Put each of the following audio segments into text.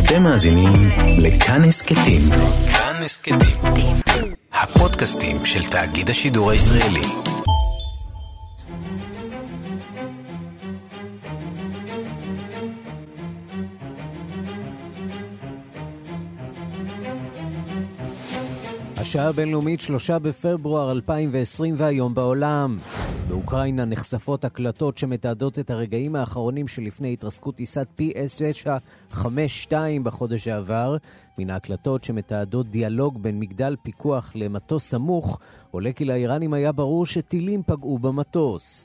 אתם מאזינים לכאן הסכתים. כאן הסכתים, הפודקאסטים של תאגיד השידור הישראלי. השעה הבינלאומית 3 בפברואר 2020 והיום בעולם. באוקראינה נחשפות הקלטות שמתעדות את הרגעים האחרונים שלפני התרסקות טיסת PS952 בחודש שעבר. מן ההקלטות שמתעדות דיאלוג בין מגדל פיקוח למטוס סמוך, עולה כי לאיראנים היה ברור שטילים פגעו במטוס.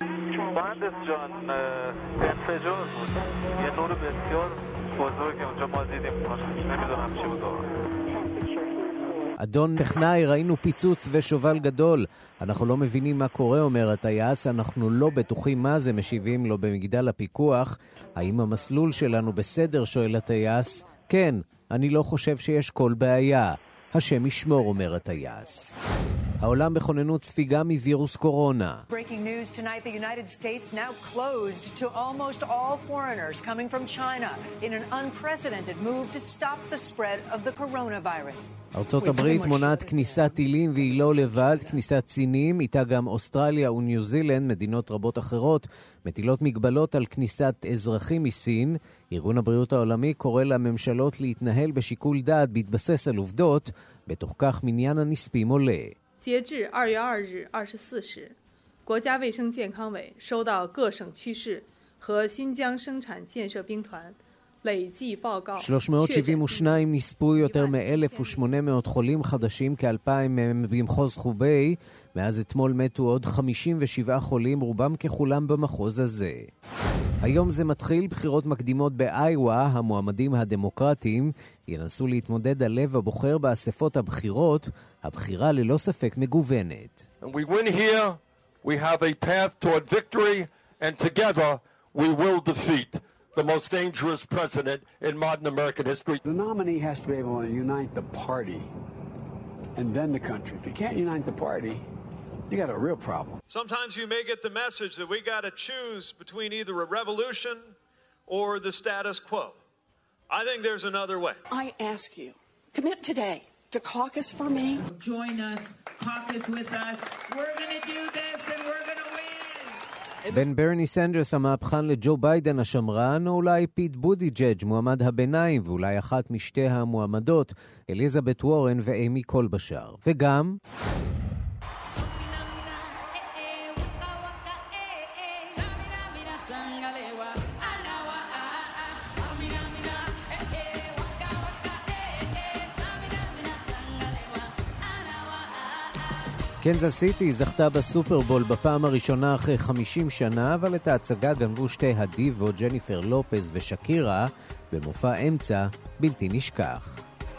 אדון טכנאי, ראינו פיצוץ ושובל גדול. אנחנו לא מבינים מה קורה, אומר הטייס. אנחנו לא בטוחים מה זה, משיבים לו במגדל הפיקוח. האם המסלול שלנו בסדר, שואל הטייס. כן, אני לא חושב שיש כל בעיה. השם ישמור, אומר הטייס. העולם בכוננות ספיגה מווירוס קורונה. Breaking news tonight, the United States now closed to almost all foreigners coming from China in an unprecedented move to stop the spread of the coronavirus. ארצות הברית מונעת כניסת טילים והיא לא לבד, כניסת סינים, איתה גם אוסטרליה וניו זילנד, מדינות רבות אחרות, מטילות מגבלות על כניסת אזרחים מסין. ארגון הבריאות העולמי קורא לממשלות להתנהל בשיקול דעת בהתבסס על עובדות, בתוך כך מניין הנספים עולה. 截至2月2日24时，国家卫生健康委收到各省区市和新疆生产建设兵团累计报告 372 נספו, יותר מ-1,800 חולים חדשים, כ-2,000 מהם במחוז חובי. מאז אתמול מתו עוד 57 חולים, רובם ככולם במחוז הזה. היום זה מתחיל, בחירות מקדימות באיווה. המועמדים הדמוקרטיים ינסו להתמודד על לב הבוחר באספות הבחירות. הבחירה ללא ספק מגוונת. And we win here, we have a path toward victory, and together we will defeat the most dangerous president in modern American history. The nominee has to be able to unite the party and then the country. If you can't unite the party, you got a real problem. Sometimes you may get the message that we got to choose between either a revolution or the status quo. I think there's another way. I ask you, commit today to caucus for me. Join us, caucus with us. We're going to do this and we're going to win. בין ברני סנדרס המהפכן לג'ו ביידן השמרן, או אולי פיט בוטיג'אג' מועמד הביניים, ואולי אחת משתי המועמדות, אליזבת וורן ואימי קולבשר. וגם קנזס סיטי זכתה בסופרבול בפעם הראשונה אחרי 50 שנה, אבל את ההצגה גנבו שתי הדיבות, ג'ניפר לופז ושקירה, במופע אמצע בלתי נשכח.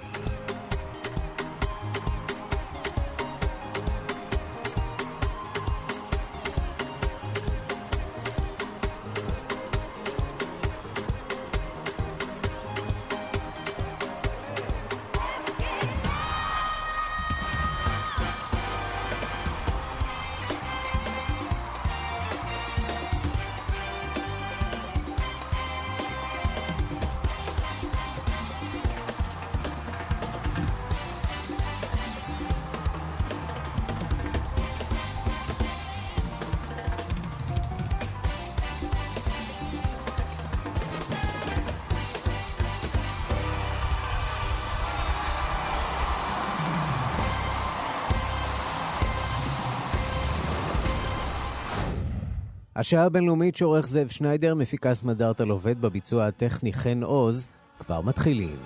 השעה הבינלאומית שעורך זאב שניידר, מפיקס מדארטל עובד, בביצוע הטכני חן עוז. כבר מתחילים.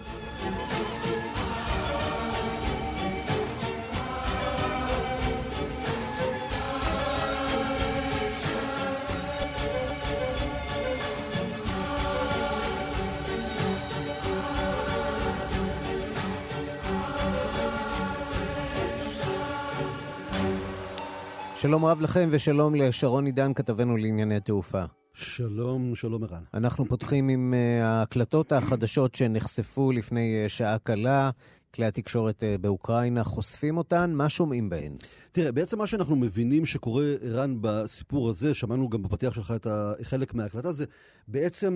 שלום רב לכם ושלום לשרון עידן, כתבנו לענייני תעופה. שלום, שלום ערן. אנחנו פותחים עם ההקלטות החדשות שנחשפו לפני שעה קלה. כלי התקשורת באוקראינה חושפים אותן, מה שומעים בהן? תראה, בעצם מה שאנחנו מבינים שקורה, ערן, בסיפור הזה, שמענו גם בפתיח שלך את חלק מההקלטה, זה בעצם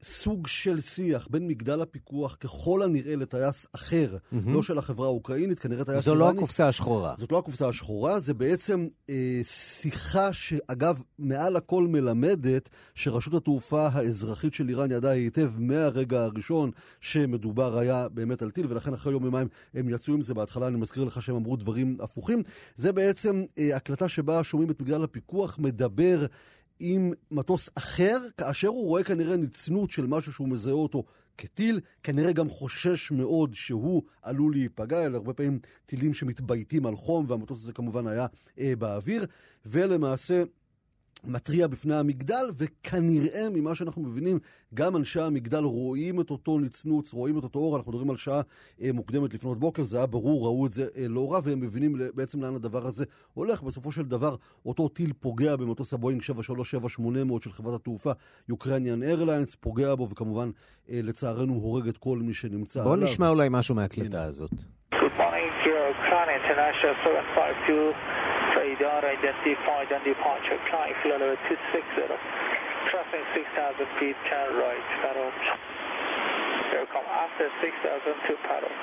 סוג של שיח בין מגדל הפיקוח ככל הנראה לטייס אחר, לא של החברה האוקראינית, כנראה טייס זו איראני. לא הקופסה השחורה. זאת לא הקופסה השחורה, זה בעצם שיחה שאגב מעל הכל מלמדת שרשות התעופה האזרחית של איראן ידעה היטב מהרגע הראשון שמדובר היה באמת על טיל, ולכן אחרי יום יומיים הם יצאו עם זה. בהתחלה אני מזכיר לך שהם אמרו דברים הפוכים. זה בעצם הקלטה שבה שומעים את מגדל הפיקוח מדבר עם מטוס אחר, כאשר הוא רואה כנראה ניצנות של משהו שהוא מזהה אותו כטיל, כנראה גם חושש מאוד שהוא עלול להיפגע, אלה הרבה פעמים טילים שמתבייתים על חום, והמטוס הזה כמובן היה באוויר, ולמעשה מטריע בפני המגדל, וכנראה ממה שאנחנו מבינים, גם אנשי המגדל רואים את אותו ניצנוץ, רואים את אותו אור, אנחנו מדברים על שעה מוקדמת לפנות בוקר, זה היה ברור, ראו את זה לא רע, והם מבינים בעצם לאן הדבר הזה הולך. בסופו של דבר, אותו טיל פוגע במטוס הבואינג 737-800 של חברת התעופה Ukrainian Airlines, פוגע בו, וכמובן לצערנו הורג את כל מי שנמצא עליו. בוא נשמע אולי משהו מהקלטה הזאת. Good morning, Ukraine International 752. Radar identified on departure, flying level 260, crossing 6,000 feet, turn right, paddle. Here come after 6,000 to paddle.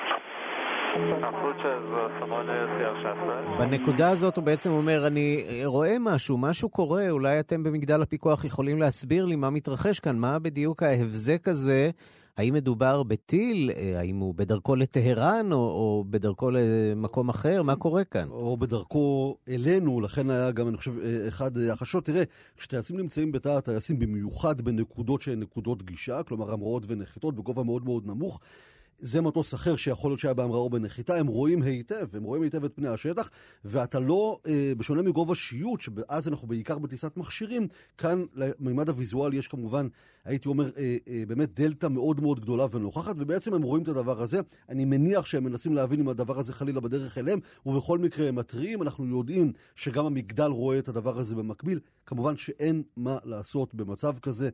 בנקודה הזאת הוא בעצם אומר, אני רואה משהו קורה, אולי אתם במגדל הפיקוח יכולים להסביר לי מה מתרחש כאן, מה בדיוק ההבזק הזה, האם מדובר בטיל, האם הוא בדרכו לטהרן או בדרכו למקום אחר, מה קורה כאן? או בדרכו אלינו, לכן היה גם, אני חושב, אחד החשות. תראה, כשטייסים נמצאים בתא הטייסים במיוחד בנקודות שהן נקודות גישה, כלומר המראות ונחיתות בגובה מאוד מאוד נמוך, זה מטוס אחר שיכול להיות שהיה בהמראה או בנחיתה, הם רואים היטב את פני השטח, ואתה לא, בשונה מגובה שיוט, שאז אנחנו בעיקר בטיסת מכשירים, כאן למימד הוויזואלי יש כמובן, הייתי אומר, באמת דלטה מאוד מאוד גדולה ונוכחת, ובעצם הם רואים את הדבר הזה. אני מניח שהם מנסים להבין אם הדבר הזה חלילה בדרך אליהם, ובכל מקרה הם מטריעים. אנחנו יודעים שגם המגדל רואה את הדבר הזה במקביל. כמובן שאין מה לעשות במצב כזה,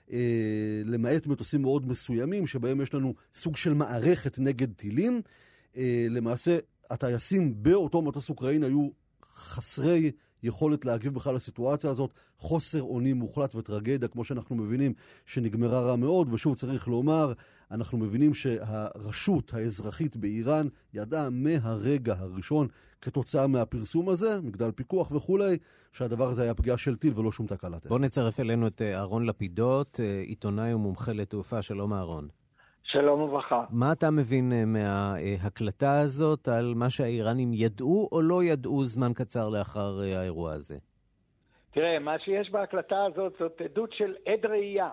למעט מטוסים מאוד מסוימים שבהם יש לנו סוג של מערכת נגד טילים. למעשה הטייסים באותו מטוס אוקראיני היו חסרי יכולת להגיב בכלל לסיטואציה הזאת, חוסר אונים מוחלט וטרגדיה כמו שאנחנו מבינים שנגמרה רע מאוד. ושוב צריך לומר, אנחנו מבינים שהרשות האזרחית באיראן ידעה מהרגע הראשון כתוצאה מהפרסום הזה, מגדל פיקוח וכולי, שהדבר הזה היה פגיעה של טיל ולא שום תקלה. בוא נצרף אלינו את אהרון לפידות, עיתונאי ומומחה לתעופה. שלום אהרון. שלום וברכה. מה אתה מבין מההקלטה הזאת על מה שהאיראנים ידעו או לא ידעו זמן קצר לאחר האירוע הזה? תראה, מה שיש בהקלטה הזאת זאת עדות של עד ראייה.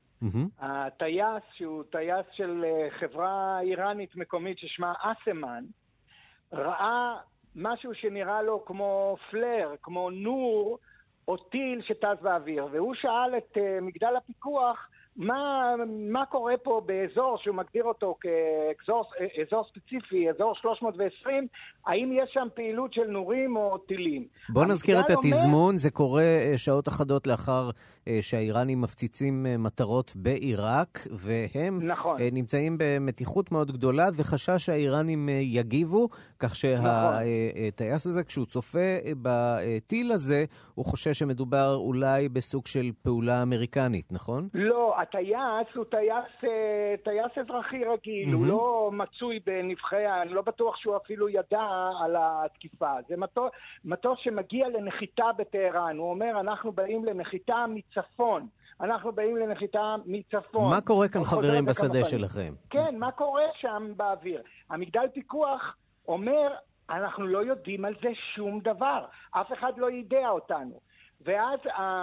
הטייס, שהוא טייס של חברה איראנית מקומית ששמה אסמן, ראה משהו שנראה לו כמו פלר, כמו נור או טיל שטס באוויר, והוא שאל את מגדל הפיקוח מה קורה פה באזור שהוא מגדיר אותו כאזור ספציפי, אזור 320, האם יש שם פעילות של נורים או טילים? בוא נזכיר את התזמון, זה קורה שעות אחדות לאחר שהאיראנים מפציצים מטרות בעיראק, והם נמצאים במתיחות מאוד גדולה, וחשש שהאיראנים יגיבו, כך שהטייס הזה, כשהוא צופה בטיל הזה, הוא חושש שמדובר אולי בסוג של פעולה אמריקנית, נכון? לא, הטייס הוא טייס אזרחי רגיל, הוא לא מצוי בנבחי, אני לא בטוח שהוא אפילו ידע על התקיפה. זה מטוס שמגיע לנחיתה בטהרן, הוא אומר אנחנו באים לנחיתה מצפון. אנחנו באים לנחיתה מצפון. מה קורה כאן חברים בשדה שלכם? כן, מה קורה שם באוויר? המגדל פיקוח אומר אנחנו לא יודעים על זה שום דבר, אף אחד לא ידע אותנו. ואז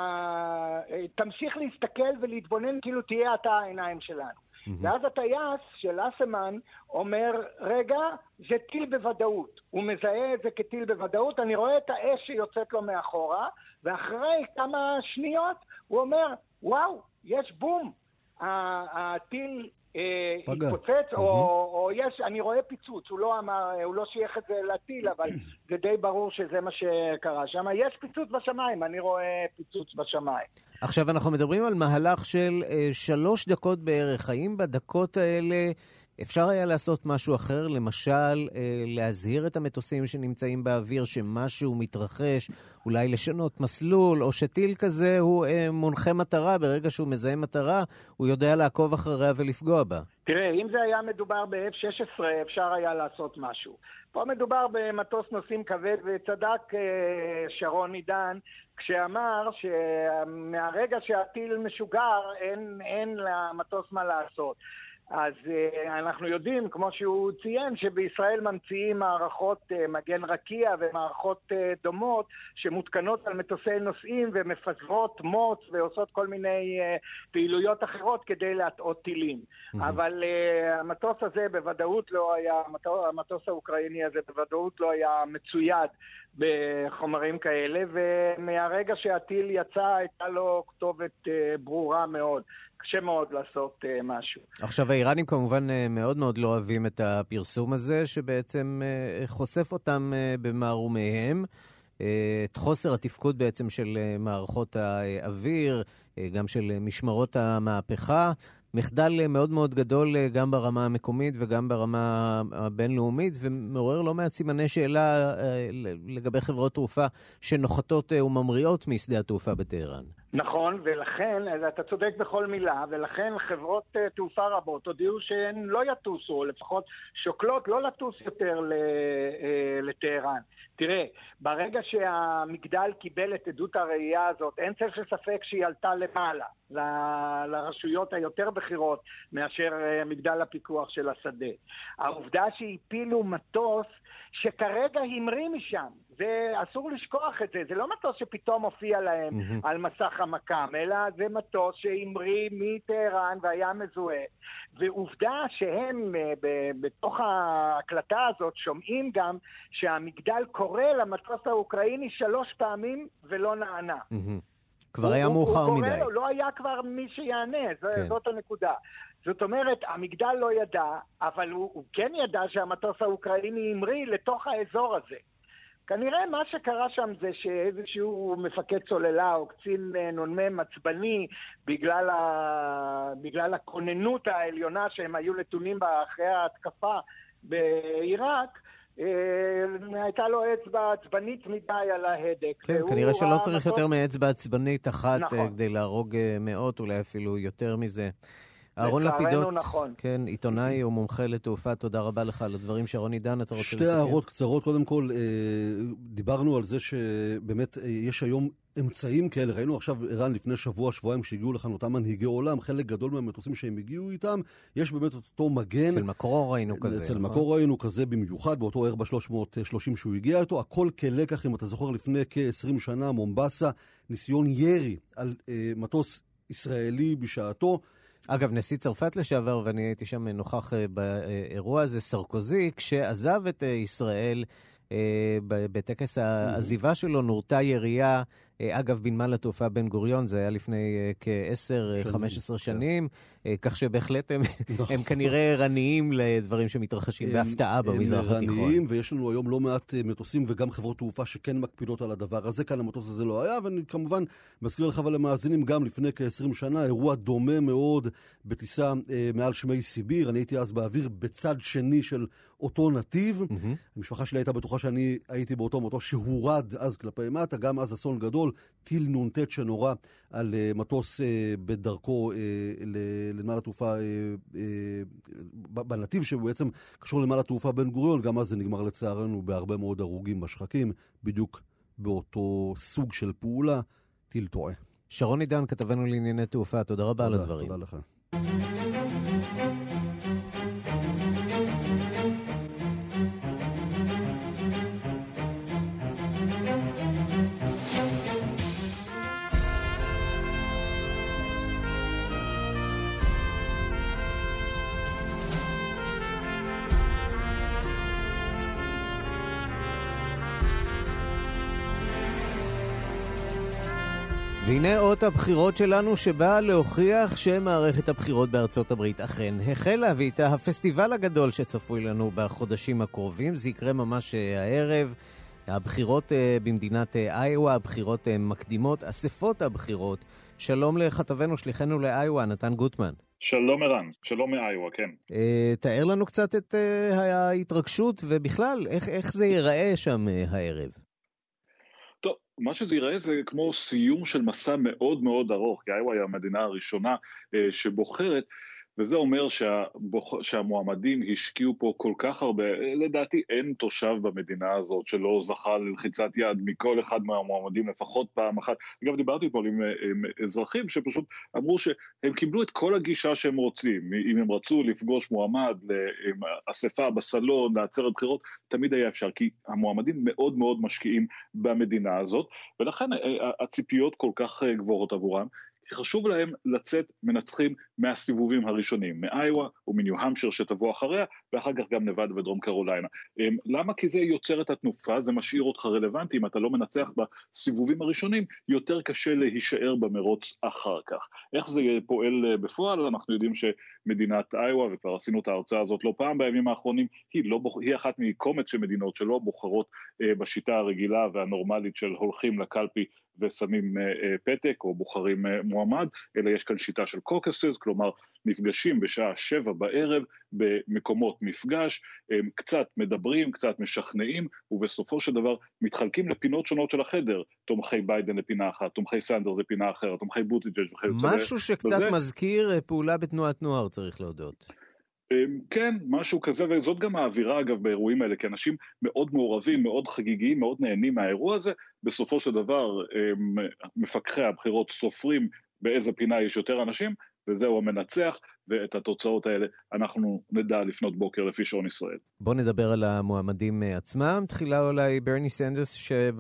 תמשיך להסתכל ולהתבונן כאילו תהיה אתה העיניים שלנו. ואז הטייס של אסמן אומר, רגע, זה טיל בוודאות. הוא מזהה את זה כטיל בוודאות, אני רואה את האש שיוצאת לו מאחורה, ואחרי כמה שניות הוא אומר, וואו, יש בום. הטיל התפוצץ, או יש, אני רואה פיצוץ, הוא לא שייך את זה לטיל, אבל זה די ברור שזה מה שקרה שם. יש פיצוץ בשמיים, אני רואה פיצוץ בשמיים. עכשיו אנחנו מדברים על מהלך של 3 דקות בערך. האם בדקות האלה אפשר היה לעשות משהו אחר, למשל להזהיר את המטוסים שנמצאים באוויר שמשהו מתרחש, אולי לשנות מסלול, או שטיל כזה הוא מונחה מטרה, ברגע שהוא מזהה מטרה, הוא יודע לעקוב אחריה ולפגוע בה. תראה, אם זה היה מדובר ב-F-16, אפשר היה לעשות משהו. פה מדובר במטוס נוסעים כבד, וצדק שרון עידן, כשאמר שמהרגע שהטיל משוגר, אין למטוס מה לעשות. אז אנחנו יודעים, כמו שהוא ציין, שבישראל ממציאים מערכות מגן רקיע ומערכות דומות שמותקנות על מטוסי נוסעים ומפזרות מוץ ועושות כל מיני פעילויות אחרות כדי להטעות טילים. אבל המטוס הזה בוודאות לא היה, המטוס האוקראיני הזה בוודאות לא היה מצויד בחומרים כאלה, ומהרגע שהטיל יצא הייתה לו כתובת ברורה מאוד. קשה מאוד לעשות משהו. עכשיו, האיראנים כמובן מאוד מאוד לא אוהבים את הפרסום הזה, שבעצם חושף אותם במערומיהם, את חוסר התפקוד בעצם של מערכות האוויר, גם של משמרות המהפכה, מחדל מאוד מאוד גדול גם ברמה המקומית וגם ברמה הבינלאומית, ומעורר לא מעט סימני שאלה לגבי חברות תעופה שנוחתות וממריאות משדה התעופה בטהרן. נכון, ולכן, אתה צודק בכל מילה, ולכן חברות תעופה רבות הודיעו שהן לא יטוסו, לפחות שוקלות לא לטוס יותר לטהרן. תראה, ברגע שהמגדל קיבל את עדות הראייה הזאת, אין צל של ספק שהיא עלתה למעלה, לרשויות היותר בחירות מאשר מגדל הפיקוח של השדה. העובדה שהפילו מטוס שכרגע המריא משם, ואסור לשכוח את זה, זה לא מטוס שפתאום הופיע להם על מסך המקם, אלא זה מטוס שהמריא מטהרן והיה מזוהה. ועובדה שהם בתוך ההקלטה הזאת שומעים גם שהמגדל קורא למטוס האוקראיני 3 פעמים ולא נענה. כבר היה מאוחר מדי. לא היה כבר מי שיענה, זאת הנקודה. זאת אומרת, המגדל לא ידע, אבל הוא כן ידע שהמטוס האוקראיני המריא לתוך האזור הזה. כנראה מה שקרה שם זה שאיזשהו מפקד צוללה או קצין נ"מ עצבני בגלל הכוננות העליונה שהם היו נתונים בה אחרי ההתקפה בעיראק, הייתה לו אצבע עצבנית מדי על ההדק. כן, כנראה שלא צריך יותר מאצבע עצבנית אחת כדי להרוג מאות, אולי אפילו יותר מזה. אהרון לפידות, כן, עיתונאי ומומחה לתעופה, תודה רבה לך על הדברים. שרון עידן, אתה רוצה לסכם? שתי הערות קצרות. קודם כל, דיברנו על זה שבאמת יש היום אמצעים כאלה. ראינו עכשיו איראן לפני שבועיים שהגיעו לכאן אותם מנהיגי עולם, חלק גדול מהמטוסים שהם הגיעו איתם, יש באמת אותו מגן. אצל מקור ראינו כזה. אצל מקור ראינו כזה במיוחד, באותו אירבס 330 שהוא הגיע איתו. הכל כלקח, אם אתה זוכר, לפני כ-20 שנה, מומבסה, ניסיון ירי על מטוס ישראלי בשעתו. אגב, נשיא צרפת לשעבר, ואני הייתי שם נוכח באירוע הזה, סרקוזי, כשעזב את ישראל בטקס העזיבה שלו, נורתה ירייה, אגב, בנמל התעופה בן גוריון, זה היה לפני כ-10-15 שנים, כך שבהחלט הם כנראה ערניים לדברים שמתרחשים בהפתעה במזרח התיכון. הם ערניים, ויש לנו היום לא מעט מטוסים וגם חברות תעופה שכן מקפידות על הדבר הזה, כאן המטוס הזה לא היה, ואני כמובן מזכיר לך ולמאזינים גם לפני כ-20 שנה, אירוע דומה מאוד בטיסה מעל שמי סיביר, אני הייתי אז באוויר בצד שני של אותו נתיב, המשפחה שלי הייתה בטוחה שאני הייתי באותו מטוס שהורד אז כלפי מטה, גם אז אסון גדול, טיל נ"ט שנורא על מטוס בדרכו לנמל התעופה בנתיב שבעצם קשור לנמל התעופה בן גוריון, גם אז זה נגמר לצערנו בהרבה מאוד הרוגים בשחקים, בדיוק באותו סוג של פעולה, טיל טועה. שרון עידן, כתבנו לענייני תעופה, תודה רבה על הדברים. תודה לך. והנה אות הבחירות שלנו שבאה להוכיח שמערכת הבחירות בארצות הברית אכן החלה, ואיתה הפסטיבל הגדול שצפוי לנו בחודשים הקרובים. זה יקרה ממש הערב. הבחירות במדינת איואה, הבחירות מקדימות, אספות הבחירות. שלום לכתבנו, שליחנו לאיואה, נתן גוטמן. שלום ערן, שלום מאיווה, כן. תאר לנו קצת את ההתרגשות, ובכלל, איך זה ייראה שם הערב? טוב, מה שזה ייראה זה כמו סיום של מסע מאוד מאוד ארוך, כי איווה היא המדינה הראשונה שבוחרת, וזה אומר שהמועמדים השקיעו פה כל כך הרבה, לדעתי אין תושב במדינה הזאת שלא זכה ללחיצת יד מכל אחד מהמועמדים לפחות פעם אחת. אגב, דיברתי פה עם אזרחים שפשוט אמרו שהם קיבלו את כל הגישה שהם רוצים, אם הם רצו לפגוש מועמד לאספה בסלון, לעצרת בחירות, תמיד היה אפשר, כי המועמדים מאוד מאוד משקיעים במדינה הזאת, ולכן הציפיות כל כך גבוהות עבורם, כי חשוב להם לצאת מנצחים מהסיבובים הראשונים, מאיווה ומניו המפשיר שתבוא אחריה, ואחר כך גם נבדה ודרום קרוליינה. למה? כי זה יוצר את התנופה, זה משאיר אותך רלוונטי, אם אתה לא מנצח בסיבובים הראשונים, יותר קשה להישאר במרוץ אחר כך. איך זה פועל בפועל? אנחנו יודעים שמדינת איווה, וכבר עשינו את ההרצאה הזאת לא פעם בימים האחרונים, היא אחת מקומץ של מדינות שלא בוחרות בשיטה הרגילה והנורמלית של הולכים לקלפי ושמים פתק או בוחרים מועמד, אלא יש כאן שיטה של קוקסס, כלומר נפגשים בשעה 7 בערב במקומות מפגש, קצת מדברים, קצת משכנעים, ובסופו של דבר מתחלקים לפינות שונות של החדר, תומכי ביידן לפינה אחת, תומכי סנדרס לפינה אחרת, תומכי בוטיג'אג' משהו שקצת מזכיר פעולה בתנועת נוער, צריך להודות. כן, משהו כזה, וזאת גם האווירה אגב באירועים האלה, כי אנשים מאוד מעורבים, מאוד חגיגיים, מאוד נהנים מהאירוע הזה, בסופו של דבר מפקחי הבחירות סופרים באיזה פינה יש יותר אנשים, וזהו המנצח, ואת התוצאות האלה אנחנו נדע לפנות בוקר לפי שעון ישראל. בוא נדבר על המועמדים עצמם. תחילה אולי ברני סנדרס,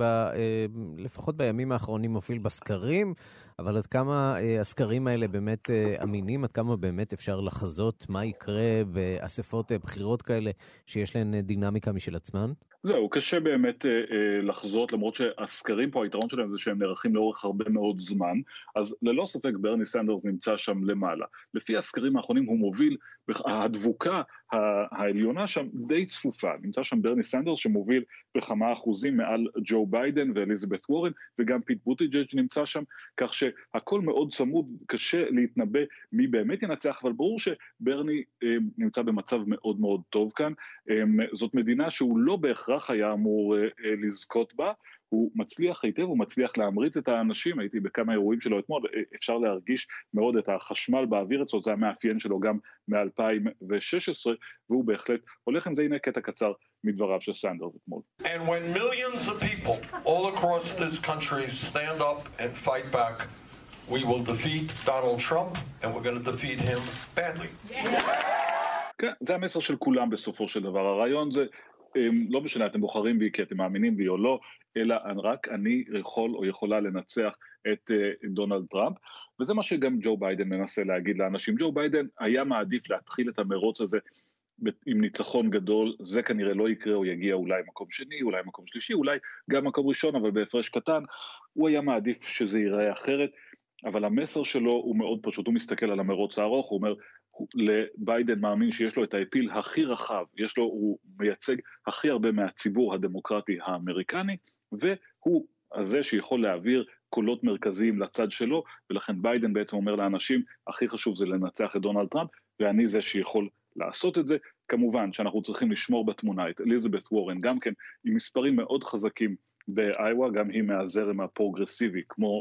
שלפחות בימים האחרונים מוביל בסקרים, אבל עד כמה הסקרים האלה באמת אמינים, עד כמה באמת אפשר לחזות מה יקרה באספות בחירות כאלה שיש להן דינמיקה משל עצמן? זהו, קשה באמת לחזות, למרות שהסקרים פה, היתרון שלהם זה שהם נערכים לאורך הרבה מאוד זמן, אז ללא ספק ברני סנדרס נמצא שם למעלה. לפי הסקרים האחרונים הוא מוביל, הדבוקה העליונה שם די צפופה, נמצא שם ברני סנדרס שמוביל בכמה אחוזים מעל ג'ו ביידן ואליזבת וורן, וגם פיט בוטיג'אג' נמצא שם, כך שהכל מאוד צמוד, קשה להתנבא מי באמת ינצח, אבל ברור שברני נמצא במצב מאוד מאוד טוב כאן, זאת מדינה שהוא לא בהכרח היה אמור לזכות בה, הוא מצליח היטב, הוא מצליח להמריץ את האנשים, הייתי בכמה אירועים שלו אתמול, אפשר להרגיש מאוד את החשמל באוויר אצלו, זה המאפיין שלו גם מ-2016, והוא בהחלט הולך עם זה, הנה קטע קצר מדבריו של סנדרס אתמול. And when millions of people all across this country stand up and fight back, we will defeat Donald Trump, and we're going to defeat him badly. כן, זה המסר של כולם בסופו של דבר, הרעיון זה, לא משנה, אתם בוחרים בי כי אתם מאמינים בי או לא, אלא רק אני יכול או יכולה לנצח את דונלד טראמפ, וזה מה שגם ג'ו ביידן מנסה להגיד לאנשים. ג'ו ביידן היה מעדיף להתחיל את המרוץ הזה עם ניצחון גדול, זה כנראה לא יקרה, הוא יגיע אולי מקום שני, אולי מקום שלישי, אולי גם מקום ראשון, אבל בהפרש קטן, הוא היה מעדיף שזה ייראה אחרת, אבל המסר שלו הוא מאוד פשוט, הוא מסתכל על המרוץ הארוך, הוא אומר, לביידן מאמין שיש לו את האפיל הכי רחב, הוא מייצג הכי הרבה מהציבור הדמוקרטי האמריקני, והוא הזה שיכול להעביר קולות מרכזיים לצד שלו, ולכן ביידן בעצם אומר לאנשים, הכי חשוב זה לנצח את דונלד טראמפ, ואני זה שיכול לעשות את זה. כמובן שאנחנו צריכים לשמור בתמונה את אליזבת וורן, גם כן עם מספרים מאוד חזקים באיווה, גם היא מהזרם הפרוגרסיבי,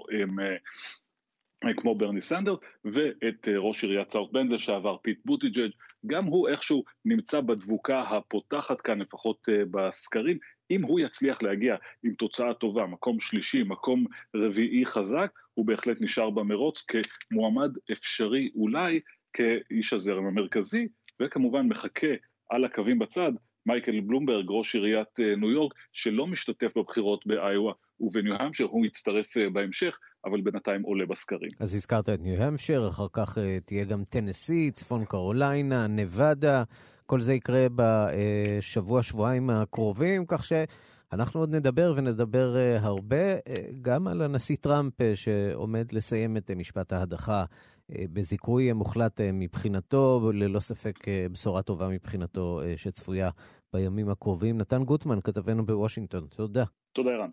כמו ברני סנדרס, ואת ראש עיריית סאות' בנד לשעבר פיט בוטיג'אג', גם הוא איכשהו נמצא בדבוקה הפותחת כאן, לפחות בסקרים, אם הוא יצליח להגיע עם תוצאה טובה, מקום שלישי, מקום רביעי חזק, הוא בהחלט נשאר במרוץ כמועמד אפשרי אולי, כאיש הזרם המרכזי, וכמובן מחכה על הקווים בצד, מייקל בלומברג, ראש עיריית ניו יורק, שלא משתתף בבחירות באיווה ובניו המפשיר, הוא יצטרף בהמשך, אבל בינתיים עולה בסקרים. אז הזכרת את ניו המפשיר, אחר כך תהיה גם טנסי, צפון קרוליינה, נבדה, כל זה יקרה בשבוע-שבועיים הקרובים, כך שאנחנו עוד נדבר ונדבר הרבה, גם על הנשיא טראמפ שעומד לסיים את משפט ההדחה בזיכוי מוחלט מבחינתו, ללא ספק בשורה טובה מבחינתו שצפויה בימים הקרובים. נתן גוטמן, כתבנו בוושינגטון. תודה. תודה ערן.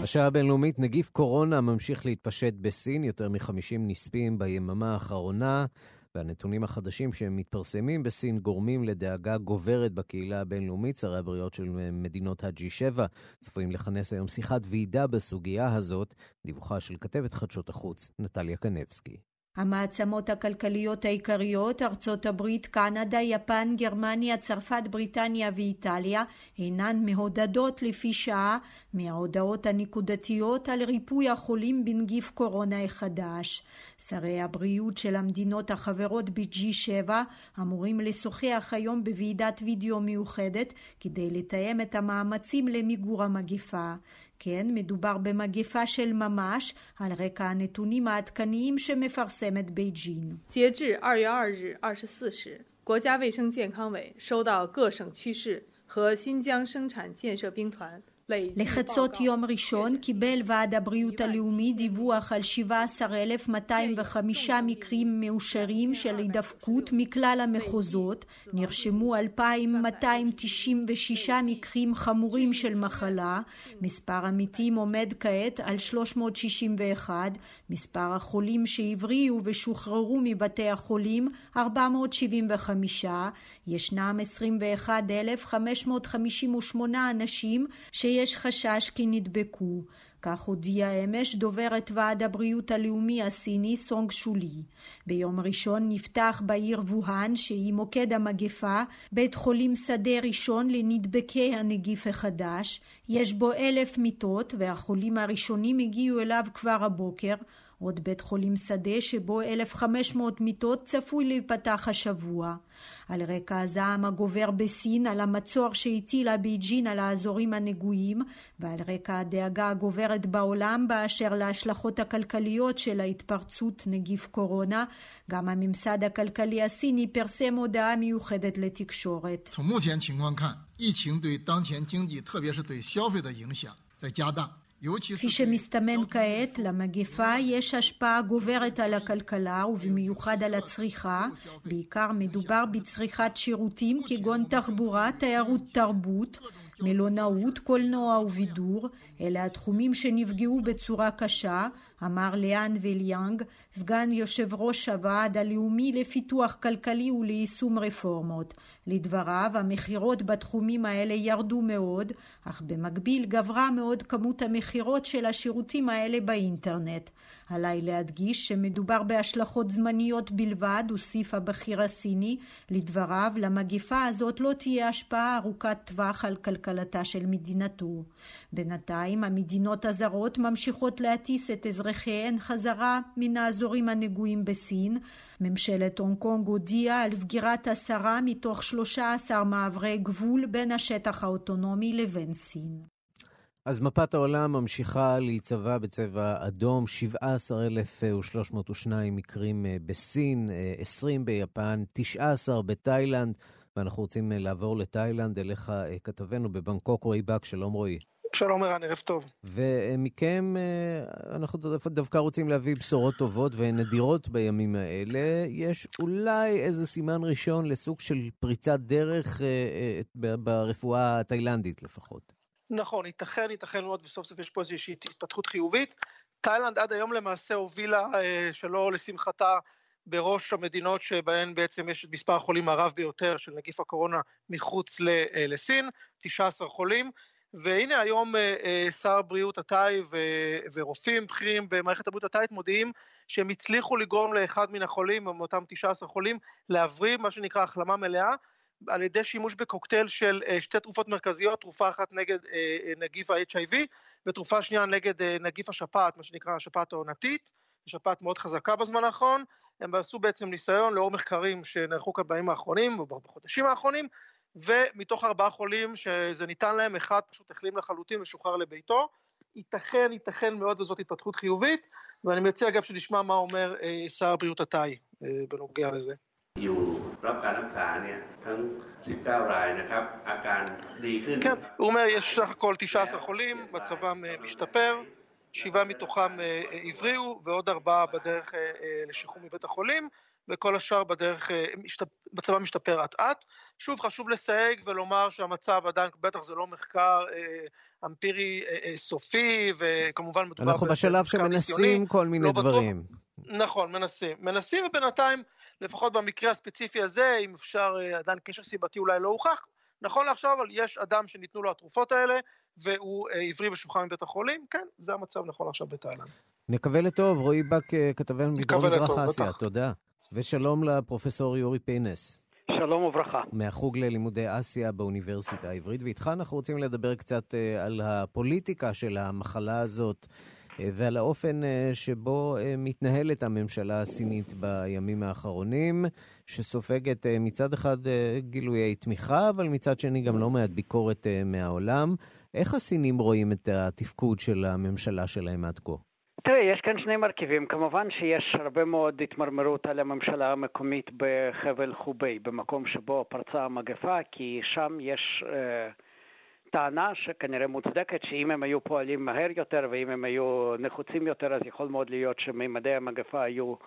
בשעה הבינלאומית, נגיף קורונה ממשיך להתפשט בסין, יותר מ-50 נספים ביממה האחרונה, והנתונים החדשים שמתפרסמים בסין גורמים לדאגה גוברת בקהילה הבינלאומית. שרי הבריאות של מדינות ה-G7 צפויים לכנס היום שיחת ועידה בסוגיה הזאת. דיווחה של כתבת חדשות החוץ, נטליה קנבסקי. המעצמות הכלכליות העיקריות, ארצות הברית, קנדה, יפן, גרמניה, צרפת, בריטניה ואיטליה, אינן מהודדות לפי שעה מההודעות הנקודתיות על ריפוי החולים בנגיף קורונה החדש. שרי הבריאות של המדינות החברות ב-G7 אמורים לשוחח היום בוועידת וידאו מיוחדת כדי לתאם את המאמצים למיגור המגפה. כן, מדובר במגפה של ממש על רקע הנתונים העדכניים שמפרסמת בייג'ין. 截至2月2日24时，国家卫生健康委收到各省区市和新疆生产建设兵团 לחצות יום ראשון קיבל ועד הבריאות הלאומי דיווח על 17,205 מקרים מאושרים של הידבקות מכלל המחוזות. נרשמו 2,296 מקרים חמורים של מחלה. מספר המתים עומד כעת על 361. מספר החולים שהבריאו ושוחררו מבתי החולים 475. ישנם 21,558 אנשים יש חשש כי נדבקו. כך הודיע אמש דוברת ועד הבריאות הלאומי הסיני סונג שולי. ביום ראשון נפתח בעיר ווהאן, שהיא מוקד המגפה, בית חולים שדה ראשון לנדבקי הנגיף החדש. יש בו 1,000 מיטות והחולים הראשונים הגיעו אליו כבר הבוקר. עוד בית חולים שדה שבו 1,500 מיטות צפוי להיפתח השבוע. על רקע הזעם הגובר בסין על המצור שהטילה בייג'ין על האזורים הנגועים, ועל רקע הדאגה הגוברת בעולם באשר להשלכות הכלכליות של ההתפרצות נגיף קורונה, גם הממסד הכלכלי הסיני פרסם הודעה מיוחדת לתקשורת. 从目前情况看，疫情对当前经济特别是对消费的影响在加大。 כפי שמסתמן כעת, למגפה יש השפעה גוברת על הכלכלה ובמיוחד על הצריכה. בעיקר מדובר בצריכת שירותים כגון תחבורה, תיירות תרבות, מלונאות, קולנוע ובידור. אלה התחומים שנפגעו בצורה קשה, אמר ליאן וליאנג, סגן יושב ראש הוועד הלאומי לפיתוח כלכלי וליישום רפורמות. לדבריו, המחירות בתחומים האלה ירדו מאוד, אך במקביל גברה מאוד כמות המחירות של השירותים האלה באינטרנט. עליי להדגיש שמדובר בהשלכות זמניות בלבד, הוסיף הבכיר הסיני. לדבריו, למגפה הזאת לא תהיה השפעה ארוכת טווח על כלכלתה של מדינתו. בינתיים המדינות הזרות ממשיכות להטיס את אזרחיהן חזרה מן האזורים הנגועים בסין. ממשלת הונג קונג הודיעה על סגירת 10 מתוך 13 מעברי גבול בין השטח האוטונומי לבין סין. אז מפת העולם ממשיכה להיצבע בצבע אדום, 17,302 מקרים בסין, 20 ביפן, 19 בתאילנד, ואנחנו רוצים לעבור לתאילנד, אליך כתבנו בבנקוק רועי בק, שלום רועי. שלום ערן, ערב טוב. ומכם אנחנו דווקא רוצים להביא בשורות טובות ונדירות בימים האלה. יש אולי איזה סימן ראשון לסוג של פריצת דרך ברפואה התאילנדית לפחות. נכון, ייתכן מאוד, וסוף סוף יש פה איזושהי התפתחות חיובית. תאילנד עד היום למעשה הובילה שלא לשמחתה בראש המדינות שבהן בעצם יש את מספר החולים הרב ביותר של נגיף הקורונה מחוץ לסין, 19 חולים. והנה היום שר בריאות התאי ורופאים בכירים במערכת הבריאות התאית מודיעים שהם הצליחו לגרום לאחד מן החולים, מאותם 19 חולים, להבריא מה שנקרא החלמה מלאה, על ידי שימוש בקוקטייל של שתי תרופות מרכזיות, תרופה אחת נגד נגיף ה-HIV, ותרופה שנייה נגד נגיף השפעת, מה שנקרא השפעת העונתית, שפעת מאוד חזקה בזמן האחרון. הם עשו בעצם ניסיון לאור מחקרים שנערכו כאן בימים האחרונים, או בחודשים האחרונים, ומתוך 4 חולים שזה ניתן להם, אחד פשוט החלים לחלוטין ושוחרר לביתו. ייתכן מאוד וזאת התפתחות חיובית, ואני מציע אגב שנשמע מה אומר שר הבריאות התאי בנוגע לזה. อยู่รับการรักษาเนี่ยทั้ง19รายนะครับอาการดีขึ้น כן, הוא אומר יש סך הכל 19 חולים, מצבם משתפר, 7 מתוכם הבריאו ועוד 4 בדרך לשחרור מבית החולים, וכל השאר בדרך, מצבם משתפר עד. שוב, חשוב לסייג ולומר שהמצב עדיין, בטח זה לא מחקר אמפירי סופי, וכמובן מדובר אנחנו בשלב שמנסים כל מיני דברים. נכון, מנסים, ובינתיים, לפחות במקרה הספציפי הזה, אם אפשר, עדיין קשר סיבתי אולי לא הוכח, נכון לעכשיו, אבל יש אדם שניתנו לו התרופות האלה, והוא עברי ושוחרר מבית החולים, כן, זה המצב נכון עכשיו בתאילנד. נקווה לטוב, רועי בק, כתבנו מדרום מזרח אסיה, תודה. ושלום לפרופסור יורי פינס. שלום וברכה. מהחוג ללימודי אסיה באוניברסיטה העברית, ואיתך אנחנו רוצים לדבר קצת על הפוליטיקה של המחלה הזאת, ועל האופן שבו מתנהלת הממשלה הסינית בימים האחרונים, שסופגת מצד אחד גילויי תמיכה, אבל מצד שני גם לא מעט ביקורת מהעולם. איך הסינים רואים את התפקוד של הממשלה שלהם עד כה? תראה, יש כאן שני מרכיבים. כמובן שיש הרבה מאוד התמרמרות על הממשלה המקומית בחבל חוביי, במקום שבו פרצה המגפה, כי שם יש טענה שכנראה מוצדקת שאם הם היו פועלים מהר יותר ואם הם היו נחוצים יותר, אז יכול מאוד להיות שממדי המגפה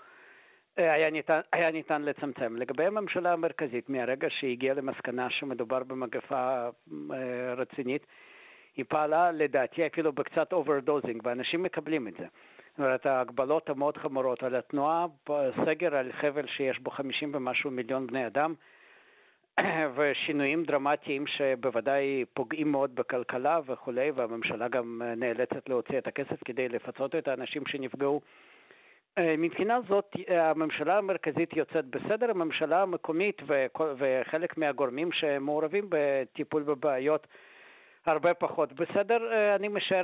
היה ניתן לצמצם. לגבי הממשלה המרכזית, מהרגע שהגיעה למסקנה שמדובר במגפה רצינית, היא פעלה לדעתי אפילו בקצת אוברדוזינג, ואנשים מקבלים את זה. זאת אומרת, ההגבלות המאוד חמורות על התנועה, סגר על חבל שיש בו 50 ומשהו מיליון בני אדם, ושינויים דרמטיים שבוודאי פוגעים מאוד בכלכלה וכולי, והממשלה גם נאלצת להוציא את הכסף כדי לפצות את האנשים שנפגעו. מבחינה זאת, הממשלה המרכזית יוצאת בסדר, הממשלה המקומית וחלק מהגורמים שמעורבים בטיפול בבעיות הרבה פחות בסדר. אני משער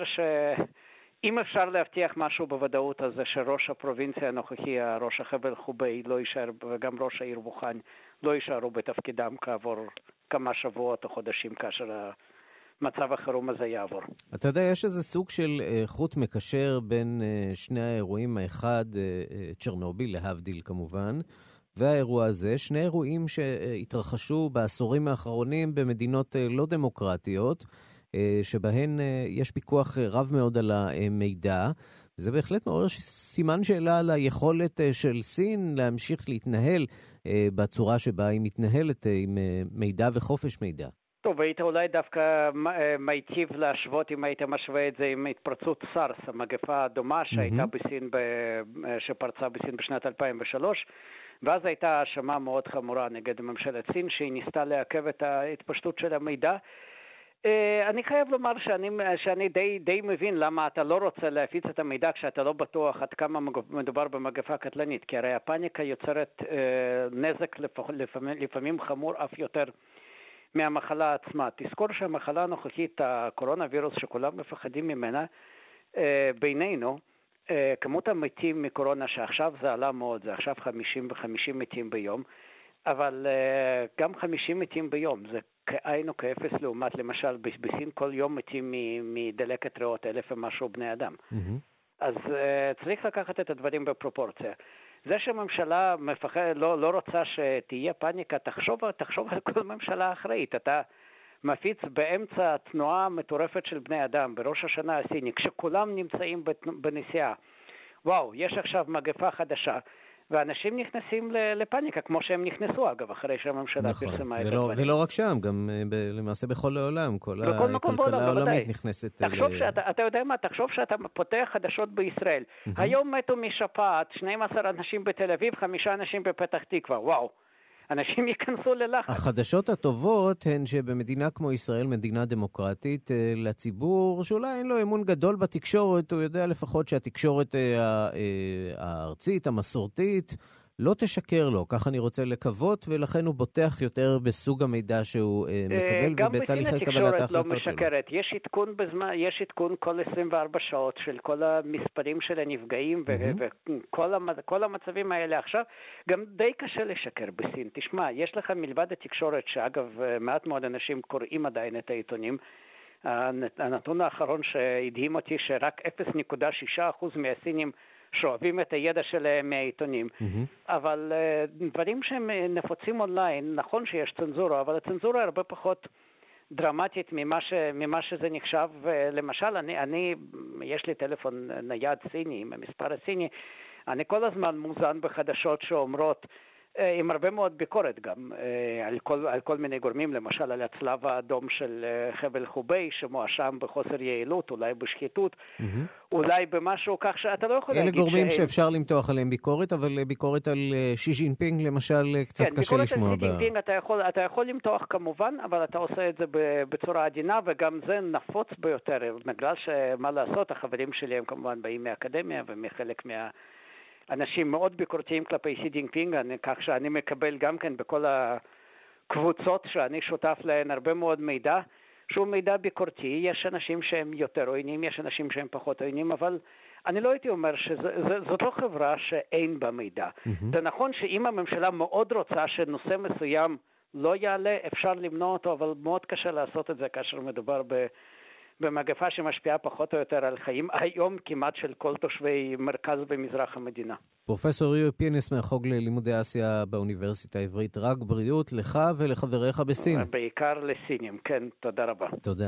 שאם אפשר להבטיח משהו בוודאות, אז זה שראש הפרובינציה הנוכחי, ראש החבל חוביי, לא יישאר, וגם ראש העיר ווחאן לא יישארו בתפקידם כעבור כמה שבועות או חודשים כאשר מצב החירום הזה יעבור. אתה יודע, יש איזה סוג של חוט מקשר בין שני האירועים, האחד צ'רנוביל, להבדיל כמובן, והאירוע הזה, שני אירועים שהתרחשו בעשורים האחרונים במדינות לא דמוקרטיות, שבהן יש פיקוח רב מאוד על המידע. זה בהחלט מעורר סימן שאלה על היכולת של סין להמשיך להתנהל בצורה שבה היא מתנהלת עם מידע וחופש מידע. טוב, היית אולי דווקא מיטיב להשוות אם היית משווה את זה עם התפרצות סארס, המגפה הדומה שהייתה בסין, שפרצה בסין בשנת 2003, ואז הייתה האשמה מאוד חמורה נגד ממשלת סין שהיא ניסתה לעכב את ההתפשטות של המידע. אני חייב לומר שאני די מבין למה אתה לא רוצה להפיץ את המידע כשאתה לא בטוח עד כמה מדובר במגפה קטלנית, כי הרי הפאניקה יוצרת נזק לפעמים חמור אף יותר מהמחלה עצמה. תזכור שהמחלה הנוכחית, הקורונה וירוס שכולם מפחדים ממנה, בינינו, כמות המתים מקורונה שעכשיו זה עלה מאוד, זה עכשיו 50 מתים ביום, אבל גם 50 מתים ביום, זה היינו כאפס לעומת, למשל, בסין כל יום מתים מדלקת ריאות 1,000 ומשהו בני אדם. אז צריך לקחת את הדברים בפרופורציה. זה שהממשלה לא רוצה שתהיה פאניקה, תחשוב על כל ממשלה אחראית. אתה מפיץ באמצע התנועה המטורפת של בני אדם, בראש השנה הסיני, כשכולם נמצאים בנסיעה. וואו, יש עכשיו מגפה חדשה, ואנשים נכנסים לפאניקה, כמו שהם נכנסו, אגב, אחרי שהממשלה פרסמה את הדברים. ולא רק שם, גם למעשה בכל העולם, כל הכלכלה העולמית נכנסת. אתה יודע מה, תחשוב שאתה פותח חדשות בישראל. היום מתו משפעת 12 אנשים בתל אביב, 5 אנשים בפתח תקווה, וואו. אנשים ייכנסו ללחץ. החדשות הטובות הן שבמדינה כמו ישראל, מדינה דמוקרטית, לציבור שאולי אין לו אמון גדול בתקשורת, הוא יודע לפחות שהתקשורת הארצית, המסורתית, לא תשקר לו. כך אני רוצה לקוות, ולכן הוא בוטח יותר בסוג המידע שהוא מקבל ובתהליכי קבלת ההחלטות שלו. גם בסין התקשורת לא משקרת. יש עדכון כל 24 שעות של כל המספרים של הנפגעים וכל המצבים האלה עכשיו. גם די קשה לשקר בסין. תשמע, יש לך מלבד התקשורת, שאגב מעט מאוד אנשים קוראים עדיין את העיתונים, הנתון האחרון שהדהים אותי שרק 0.6% מהסינים שואבים את הידע שלהם מהעיתונים. אבל דברים שהם נפוצים אונליין, נכון שיש צנזורה, אבל הצנזורה הרבה פחות דרמטית ממה שזה נחשב. למשל, יש לי טלפון נייד סיני, עם המספר הסיני, אני כל הזמן מוזן בחדשות שאומרות, עם הרבה מאוד ביקורת גם על כל מיני גורמים, למשל על הצלב האדום של חבל חובי, שמואשם בחוסר יעילות, אולי בשחיתות, אולי במשהו כך שאתה לא יכול להגיד... אלה גורמים שאפשר למתוח עליהם ביקורת, אבל ביקורת על שי ג'ינפינג למשל קצת קשה לשמוע. כן, ביקורת על שי ג'ינפינג אתה יכול למתוח כמובן, אבל אתה עושה את זה בצורה עדינה, וגם זה נפוץ ביותר, בגלל שמה לעשות, החברים שלי הם כמובן באים מהאקדמיה ומחלק אנשים מאוד ביקורתיים כלפי שי ג'ינפינג, כך שאני מקבל גם כן בכל הקבוצות שאני שותף להן הרבה מאוד מידע, שהוא מידע ביקורתי. יש אנשים שהם יותר עוינים, יש אנשים שהם פחות עוינים, אבל אני לא הייתי אומר שזאת לא חברה שאין בה מידע. זה נכון שאם הממשלה מאוד רוצה שנושא מסוים לא יעלה, אפשר למנוע אותו, אבל מאוד קשה לעשות את זה כאשר מדובר במגפה שמשפיעה פחות או יותר על חיים היום כמעט של כל תושבי מרכז ומזרח המדינה. פרופסור יואל פינס מהחוג ללימודי אסיה באוניברסיטה העברית, רק בריאות לך ולחבריך בסין. בעיקר לסינים, כן, תודה רבה. תודה.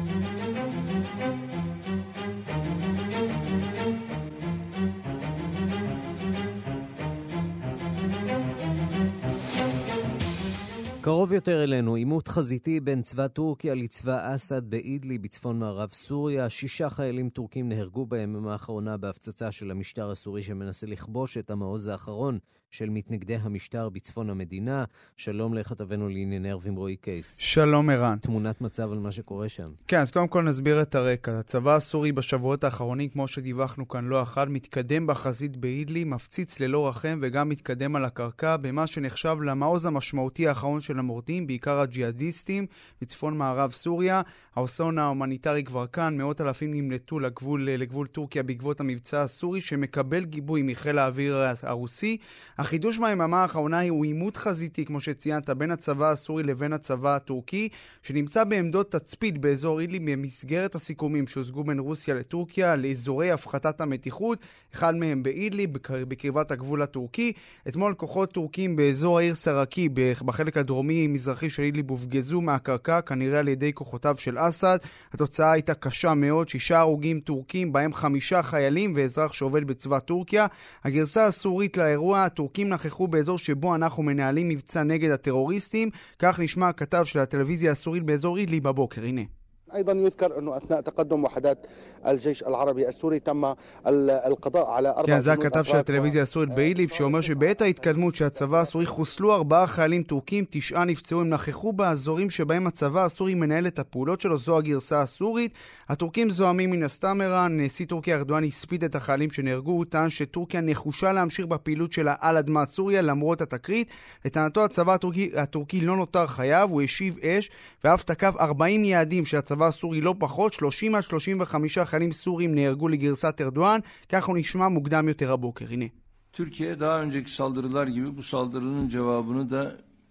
קרוב יותר אלינו, עימות חזיתי בין צבא טורקיה לצבא אסד באידלי בצפון מערב סוריה. 6 חיילים טורקים נהרגו ביממה האחרונה בהפצצה של המשטר הסורי שמנסה לכבוש את המעוז האחרון של מתנגדי המשטר בצפון המדינה. שלום לכתבנו לענייני ערבים רועי קייס. שלום ערן. תמונת מצב על מה שקורה שם. כן, אז קודם כל נסביר את הרקע. הצבא הסורי בשבועות האחרונים, כמו שדיווחנו כאן לא אחד, מתקדם בחזית באידלי, מפציץ ללא רחם וגם מתקדם על הקרקע במה שנחשב למעוז המשמעותי האחרון של המורדים, בעיקר הג'יהאדיסטים בצפון מערב סוריה. האסון ההומניטרי כבר כאן, 100,000 נמלטו לגבול טורקיה בעקבות המבצע הסורי שמקבל גיבוי מחיל האוויר הרוסי. החידוש מהיממה האחרונה הוא עימות חזיתי, כמו שציינת, בין הצבא הסורי לבין הצבא הטורקי, שנמצא בעמדות תצפית באזור אידלי במסגרת הסיכומים שהושגו בין רוסיה לטורקיה לאזורי הפחתת המתיחות, אחד מהם באידלי בקרבת הגבול הטורקי. אתמול כוחות טורקים באזור העיר סרקי בחלק הדרומי-מזרחי של אידלי הופגזו מהקרקע, כנראה על ידי כוחותיו של אסד. התוצאה הייתה קשה מאוד, 6 הרוגים טורקים, בהם 5 חיילים ואזרח שעובד בצבא טורקיה. הגרסה הסורית לאירוע, הטורקים נכחו באזור שבו אנחנו מנהלים מבצע נגד הטרוריסטים. כך נשמע הכתב של הטלוויזיה הסורית באזור אידלי בבוקר. הנה. أيضا يذكر أنه أثناء تقدم وحدات الجيش العربي السوري تم القضاء على 4 כן, זה הכתב של הטלוויזיה הסורית באידליב שאומר שבעת ההתקדמות שהצבא הסורי חוסלו 4 חיילים טורקים, 9 נפצעו. הם נכחו באזורים שבהם הצבא הסורי מנהל את הפעולות שלו. זו הגרסה הסורית. הטורקים זוהמים מן הסתם ערן. נשיא טורקיה ארדואן הספיד את החיילים שנהרגו. הוא טען שטורקיה נחושה להמשיך בפעילות שלה על אדמת סוריה למרות התקרית. לטענתו הצבא הטורקי לא נותר חייב, הוא השיב אש ואף תקף 40 יעדים שהצבא הסורי לא פחות. 30 עד 35 חיילים סורים נהרגו לגרסת ארדואן. כך הוא נשמע מוקדם יותר הבוקר. הנה. Türkiye daha önceki saldırılar gibi bu saldırının cevabını da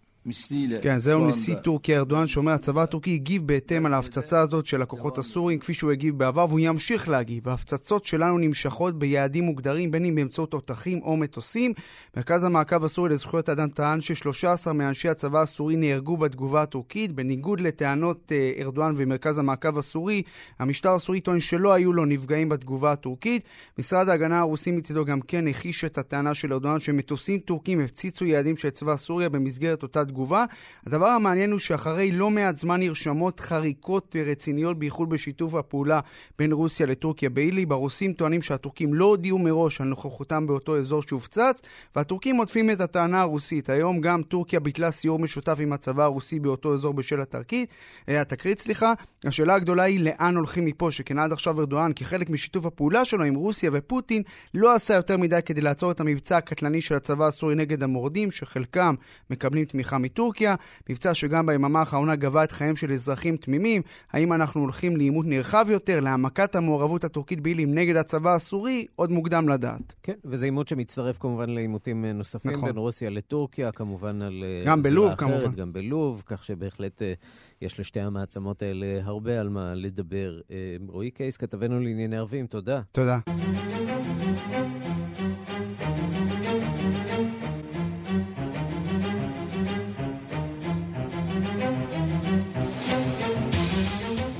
כן, זהו נשיא טורקיה ארדואן שאומר הצבא הטורקי הגיב בהתאם על ההפצצה הזאת של הכוחות הסוריים כפי שהוא הגיב בעבר, והוא ימשיך להגיב. ההפצצות שלנו נמשכות ביעדים מוגדרים, בין אם באמצעות תותחים או מטוסים. מרכז המעקב הסורי לזכויות האדם טען ש13 מאנשי הצבא הסורי נהרגו בתגובה הטורקית. בניגוד לטענות ארדואן ומרכז המעקב הסורי, המשטר הסורי טוען שלא היו לו נפגעים בתגובה הטורקית. משרד ההגנה הרוסי מצדו גם כן הכחיש את הטענה של ארדואן שמטוסים טורקים הפציצו יעדים של צבא סוריה במסגרת אותה תגובה. הדבר המעניין הוא שאחרי לא מעט זמן נרשמות חריקות רציניות בייחוד בשיתוף הפעולה בין רוסיה לטורקיה באידליב. הרוסים טוענים שהטורקים לא הודיעו מראש על נוכחותם באותו אזור שהופצץ, והטורקים עוטפים את הטענה הרוסית. היום גם טורקיה ביטלה סיור משותף עם הצבא הרוסי באותו אזור בשל התקרית. השאלה הגדולה היא לאן הולכים מפה, שכן עד עכשיו ארדואן כחלק משיתוף הפעולה שלו עם רוסיה ופוטין לא עשה יותר מדי כדי לעצור את המבצע הקטלני של הצבא הסורי נגד המורדים, שחלקם מקבלים תמיכה מטורקיה, מבצע שגם ביממה האחרונה גבה את חייהם של אזרחים תמימים. האם אנחנו הולכים לעימות נרחב יותר, להעמקת המעורבות הטורקית באידליב נגד הצבא הסורי? עוד מוקדם לדעת. כן, וזה עימות שמצטרף כמובן לעימותים נוספים נכון. בין רוסיה לטורקיה, כמובן על גם בלוב, אחרת, כמובן. גם בלוב, כך שבהחלט יש לשתי המעצמות האלה הרבה על מה לדבר. רועי קייס, כתבנו לענייני ערבים, תודה. תודה.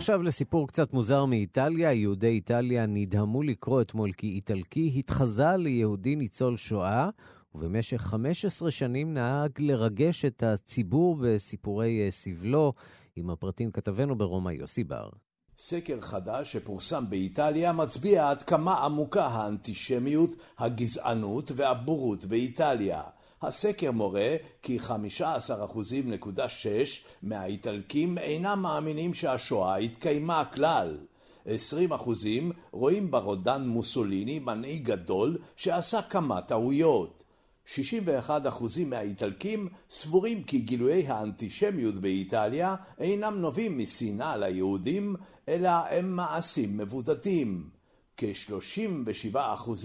ועכשיו לסיפור קצת מוזר מאיטליה. יהודי איטליה נדהמו לקרוא אתמול כי איטלקי התחזה ליהודי ניצול שואה, ובמשך 15 שנים נהג לרגש את הציבור בסיפורי סבלו. עם הפרטים כתבנו ברומא יוסי בר. סקר חדש שפורסם באיטליה מצביע עד כמה עמוקה האנטישמיות, הגזענות והבורות באיטליה. הסקר מורה כי 15.6% מהאיטלקים אינם מאמינים שהשואה התקיימה כלל. 20% רואים ברודן מוסוליני מנהיג גדול שעשה כמה טעויות. 61% מהאיטלקים סבורים כי גילויי האנטישמיות באיטליה אינם נובעים משנאה ליהודים, אלא הם מעשים מבודדים. כ-37%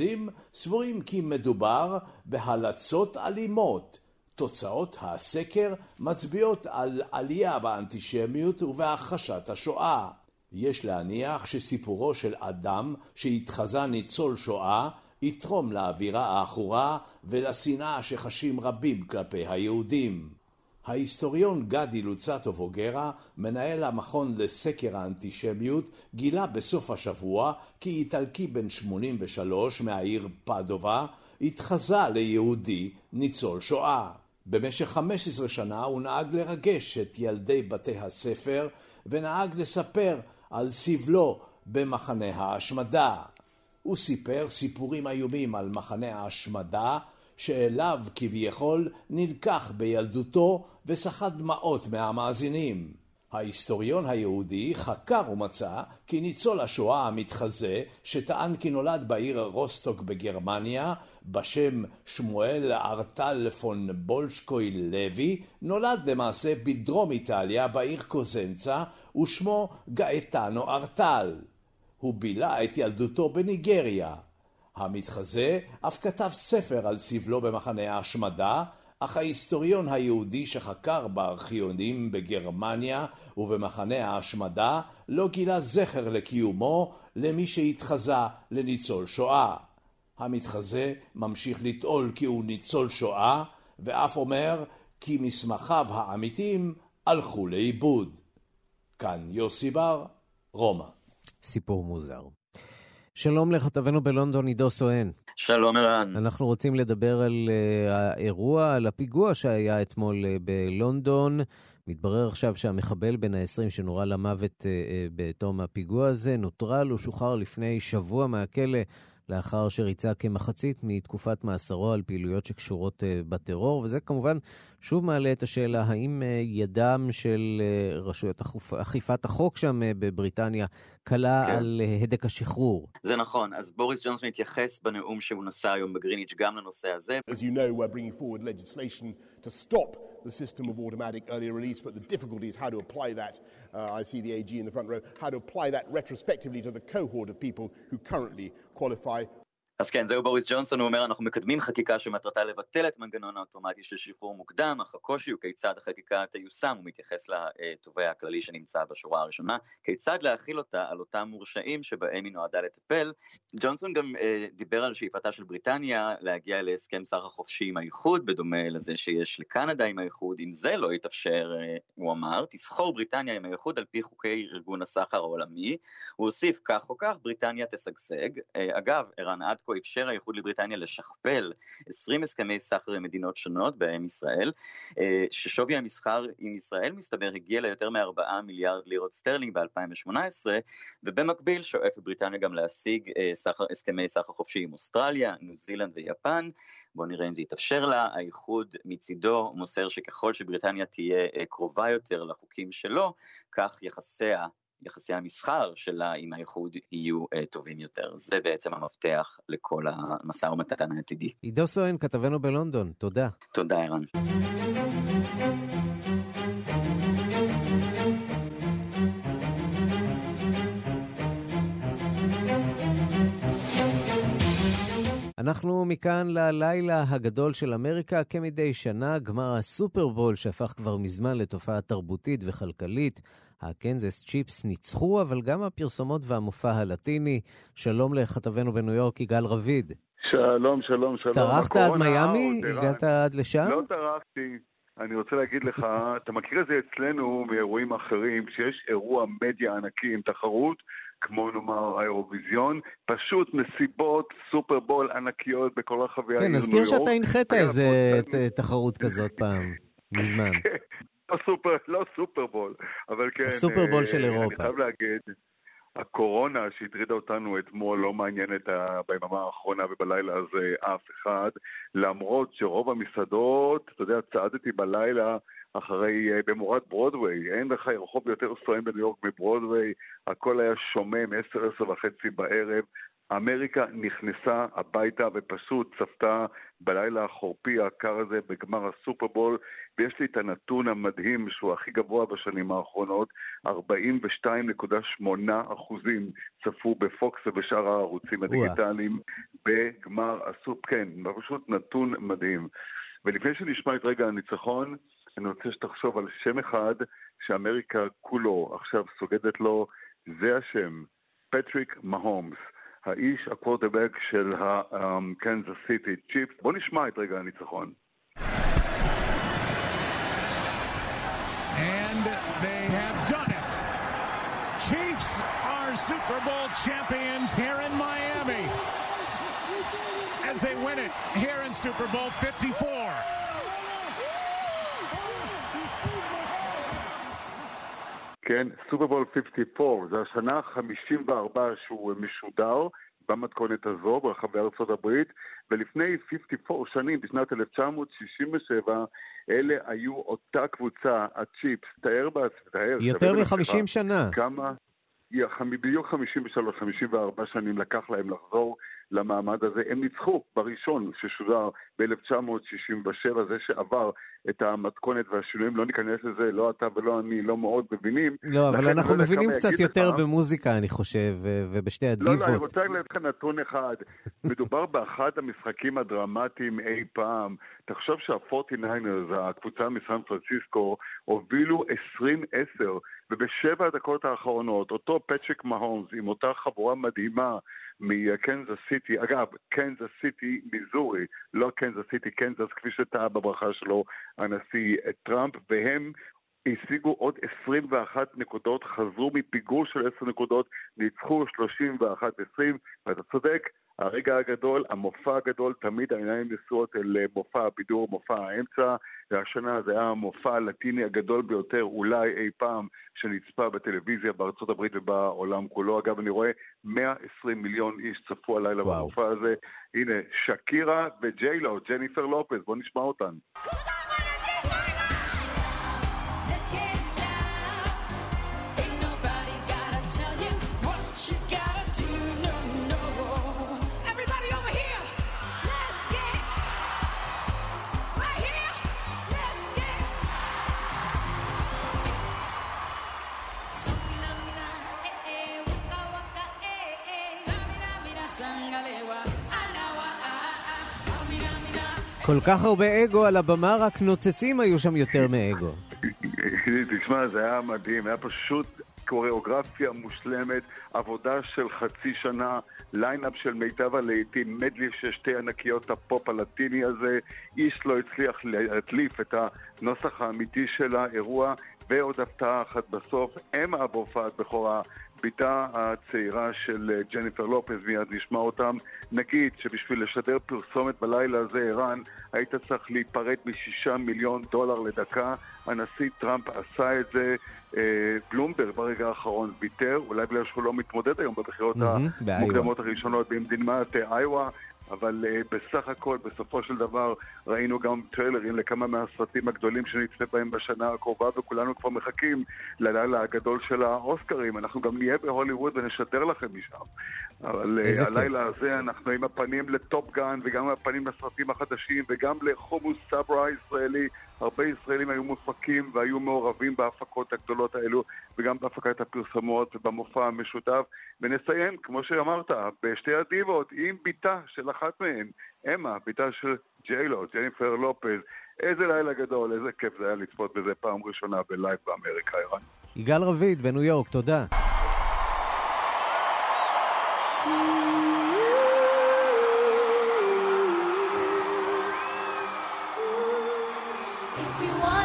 סבורים כי מדובר בהלצות אלימות. תוצאות הסקר מצביעות על עלייה באנטישמיות ובהכחשת השואה. יש להניח שסיפורו של אדם שהתחזה ניצול שואה יתרום לאווירה האחורה ולשנאה שחשים רבים כלפי היהודים. ההיסטוריון גדי לוצטו ווגרה, מנהל המכון לסקר האנטישמיות, גילה בסוף השבוע כי איטלקי בן 83 מהעיר פדובה התחזה ליהודי ניצול שואה. במשך 15 שנה הוא נהג לרגש את ילדי בתי הספר ונהג לספר על סבלו במחנה ההשמדה. הוא סיפר סיפורים איומים על מחנה ההשמדה שאליו כביכול נלקח בילדותו וסחט דמעות מהמאזינים. ההיסטוריון היהודי חקר ומצא כי ניצול השואה המתחזה שטען כי נולד בעיר רוסטוק בגרמניה בשם שמואל ארטל פון בולשקוי לוי נולד למעשה בדרום איטליה בעיר קוזנצה ושמו גאטנו ארטל. הוא בילה את ילדותו בניגריה. המתחזה אף כתב ספר על סבלו במחנה ההשמדה, אך ההיסטוריון היהודי שחקר בארכיונים בגרמניה ובמחנה ההשמדה לא גילה זכר לקיומו למי שהתחזה לניצול שואה. המתחזה ממשיך לטעול כי הוא ניצול שואה, ואף אומר כי מסמכיו האמיתיים הלכו לאיבוד. כאן יוסי בר, רומא. סיפור מוזר. שלום לכתבנו בלונדון עידו סואן. שלום ערן. אנחנו רוצים לדבר על האירוע, על הפיגוע שהיה אתמול בלונדון. מתברר עכשיו שהמחבל בן ה-20 שנורה למוות בתום הפיגוע הזה נוטרל, הוא שוחרר לפני שבוע מהכלא לאחר שריצה כמחצית מתקופת מאסרו על פעילויות שקשורות בטרור, וזה כמובן שוב מעלה את השאלה, האם ידם של רשויות אכיפת החוק שם בבריטניה קלה על הדק השחרור? זה נכון, אז בוריס ג'ונסון התייחס בנאום שהוא נשא היום בגריניץ' גם לנושא הזה. As you know, we're bringing forward legislation to stop the system of automatic early release, but the difficulty is how to apply that. I see the AG in the front row. How to apply that retrospectively to the cohort of people who currently qualify. אז כן, זהו בוריס ג'ונסון, הוא אומר, אנחנו מקדמים חקיקה שמטרתה לבטל את מנגנון האוטומטי של שחרור מוקדם, אך הקושי הוא כיצד החקיקה תיושם, הוא מתייחס לתובע הכללי שנמצא בשורה הראשונה, כיצד להכיל אותה על אותם מורשעים שבהם היא נועדה לטפל. ג'ונסון גם דיבר על שאיפתה של בריטניה להגיע להסכם סחר חופשי עם האיחוד, בדומה לזה שיש לקנדה עם האיחוד. אם זה לא יתאפשר, הוא אמר, תסחור בריטניה עם האיחוד על פי חוקי ארגון הסחר העולמי. הוא הוסיף כך או כך, בריטניה תשגשג. אגב, ערן, עד כה אפשר האיחוד לבריטניה לשכפל 20 הסכמי סחר עם מדינות שונות, בהם ישראל, ששווי המסחר עם ישראל מסתבר הגיע ליותר מ4 מיליארד לירות סטרלינג ב-2018, ובמקביל שואפת בריטניה גם להשיג הסכמי סחר חופשי עם אוסטרליה, ניו זילנד ויפן. בואו נראה אם זה יתאפשר לה. האיחוד מצידו מוסר שככל שבריטניה תהיה קרובה יותר לחוקים שלו, כך יחסי המסחר שלה עם האיחוד יהיו טובים יותר. זה בעצם המפתח לכל המשא ומתן העתידי. עידו סואן, כתבנו בלונדון. תודה. תודה, ערן. אנחנו מכאן ללילה הגדול של אמריקה, כמדי שנה, גמר הסופרבול שהפך כבר מזמן לתופעה תרבותית וכלכלית. הקנזס צ'יפס ניצחו, אבל גם הפרסומות והמופע הלטיני. שלום לכתבנו בניו יורק, יגאל רביד. שלום. טרחת עד מיימי? הגעת עד לשם? לא טרחתי. אני רוצה להגיד לך, אתה מכיר את זה אצלנו מאירועים אחרים, כשיש אירוע מדיה ענקי עם תחרות, כמו נאמר האירוויזיון, פשוט מסיבות סופרבול ענקיות בכל רחבי העיר ניו יורק. כן, נזכיר שאתה הנחית איזה תחרות כזאת פעם, מזמן. לא סופרבול, אבל כן. הסופרבול של אירופה. אני חייב להגיד, הקורונה שהטרידה אותנו אתמול לא מעניינת ביממה האחרונה ובלילה הזה אף אחד, למרות שרוב המסעדות, אתה יודע, צעדתי בלילה אחרי, במורד ברודווי, אין לך רחוב יותר סועם בניו יורק מברודווי, הכל היה שומם, 10:30 בערב, אמריקה נכנסה הביתה ופשוט צפתה בלילה החורפי הקר הזה בגמר הסופרבול, ויש לי את הנתון המדהים שהוא הכי גבוה בשנים האחרונות, 42.8% צפו בפוקס ובשאר הערוצים הדיגיטליים בגמר הסופ, כן, פשוט נתון מדהים. ולפני שנשמע את רגע הניצחון, אני רוצה שתחשוב על שם אחד שאמריקה כולו עכשיו סוגדת לו, זה השם, פטריק מהומס. האיש הקוורטרבק של הקנזס סיטי צ'יפס. בוא נשמע את רגע הניצחון. And they have done it. Chiefs are Super Bowl champions here in Miami as they win it here in Super Bowl 54. כן, סופרבול 54, זה השנה ה-54 שהוא משודר במתכונת הזו ברחבי ארצות הברית, ולפני 54 שנים, בשנת 1967, אלה היו אותה קבוצה, הצ'יפס, תאר יותר מ-50 שנה. כמה, בדיוק 53-54 שנים לקח להם לחזור למעמד הזה. הם ניצחו בראשון ששודר ב-1967, זה שעבר את המתכונת והשינויים, לא ניכנס לזה, לא אתה ולא אני, לא מאוד מבינים. לא, אבל אנחנו מבינים קצת יותר במוזיקה, אני חושב, ובשתי הדיבות. לא, אני רוצה להגיד לך נתון אחד. מדובר באחד המשחקים הדרמטיים אי פעם. תחשוב שה-49ers, הקבוצה מסן פרנסיסקו, הובילו 20-10, ובשבע הדקות האחרונות, אותו פטריק מהומס, עם אותה חבורה מדהימה, מקנזס סיטי, אגב, קנזס סיטי מיזורי, לא קנזס סיטי, קנזס, כפי שטעה בברכה שלו הנשיא טראמפ, והם השיגו עוד 21 נקודות, חזרו מפיגור של 10 נקודות, ניצחו 31-20, ואתה צודק, הרגע הגדול, המופע הגדול, תמיד העיניים נשואות אל מופע הבידור, מופע האמצע, והשנה זה היה המופע הלטיני הגדול ביותר, אולי אי פעם, שנצפה בטלוויזיה בארצות הברית ובעולם כולו. אגב, אני רואה 120 מיליון איש צפו הלילה במופע הזה. הנה, שקירה וג'יילו, ג'ניפר לופז, בוא נשמע אותן. כל כך הרבה אגו על הבמה, רק נוצצים היו שם יותר מאגו. תשמע, זה היה מדהים, היה פשוט קוריאוגרפיה מושלמת, עבודה של חצי שנה, ליינאפ של מיטב הלהיטים, מדלי של שתי ענקיות הפופ הלטיני הזה, איש לא הצליח להדליף את הנוסח האמיתי של האירוע, ועוד הפתעה אחת בסוף, אמה בהופעת בכורה, ביתה הצעירה של ג'ניפר לופז, מיד נשמע אותם. נגיד שבשביל לשדר פרסומת בלילה הזה, ערן, היית צריך להיפרד $6 מיליון לדקה. הנשיא טראמפ עשה את זה, בלומברג ברגע האחרון ביטר, אולי בגלל שהוא לא מתמודד היום בבחירות המוקדמות הראשונות במדינת איווה, אבל בסך הכל, בסופו של דבר, ראינו גם טריילרים לכמה מהסרטים הגדולים שנצפה בהם בשנה הקרובה, וכולנו כבר מחכים ללילה הגדול של האוסקרים. אנחנו גם נהיה בהוליווד ונשדר לכם משם. אבל הלילה הזה אנחנו עם הפנים לטופ גן, וגם עם הפנים לסרטים החדשים, וגם לחומוס סברה הישראלי. הרבה ישראלים היו מופקים והיו מעורבים בהפקות הגדולות האלו, וגם בהפקת הפרסמות ובמופע המשותף. ונסיים, כמו שאמרת, בשתי הדיבות, עם ביתה של אחת מהן, אמה, ביתה של ג'יילו, ג'ניפר לופז. איזה לילה גדול, איזה כיף זה היה לצפות בזה פעם ראשונה בלייב באמריקה, ערן. יגאל רביד בניו יורק, תודה. If you want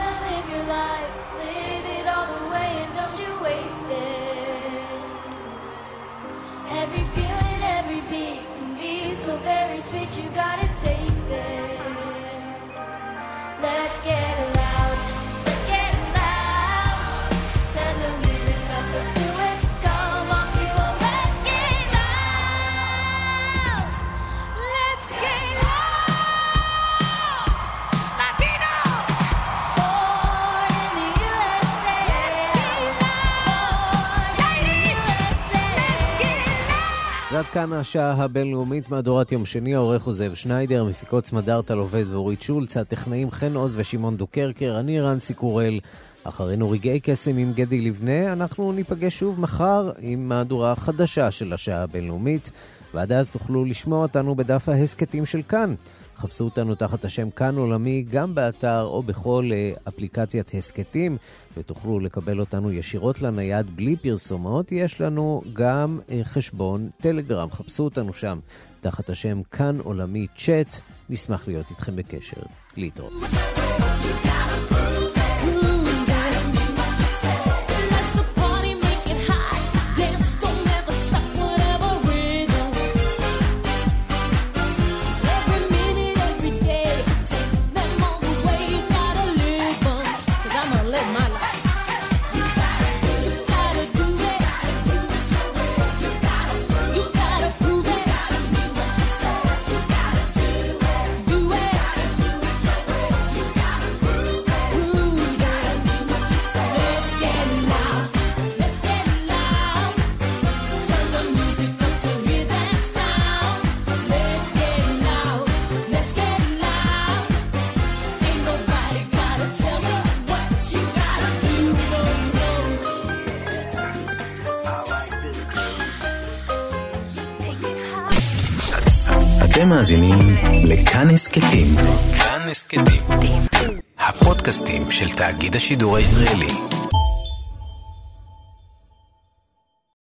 Every feeling, every beat can be so very sweet. You gotta taste it. Let's get loud. Let's get loud. Turn the music up. Let's do it. Come on, people. Let's get loud. Let's get loud. Latinos. Born in the USA. עד כאן השעה הבינלאומית מהדורת יום שני, העורך הוא זאב שניידר, מפיקות סמדארטה לובד ואורית שולץ, הטכנאים חן עוז ושמעון דוקרקר, אני רנסי קורל. אחרינו רגעי קסם עם גדי לבנה, אנחנו ניפגש שוב מחר עם מהדורה חדשה של השעה הבינלאומית, ועד אז תוכלו לשמוע אותנו בדף ההסקטים של כאן. חפשו אותנו תחת השם כאן עולמי גם באתר או בכל אפליקציית הסקטים, ותוכלו לקבל אותנו ישירות לנייד בלי פרסומות. יש לנו גם חשבון טלגרם, חפשו אותנו שם תחת השם כאן עולמי צ'אט, נשמח להיות איתכם בקשר. להתראות. אתם מאזינים לכאן הסקטים. כאן הסקטים, הפודקאסטים של תאגיד השידור הישראלי.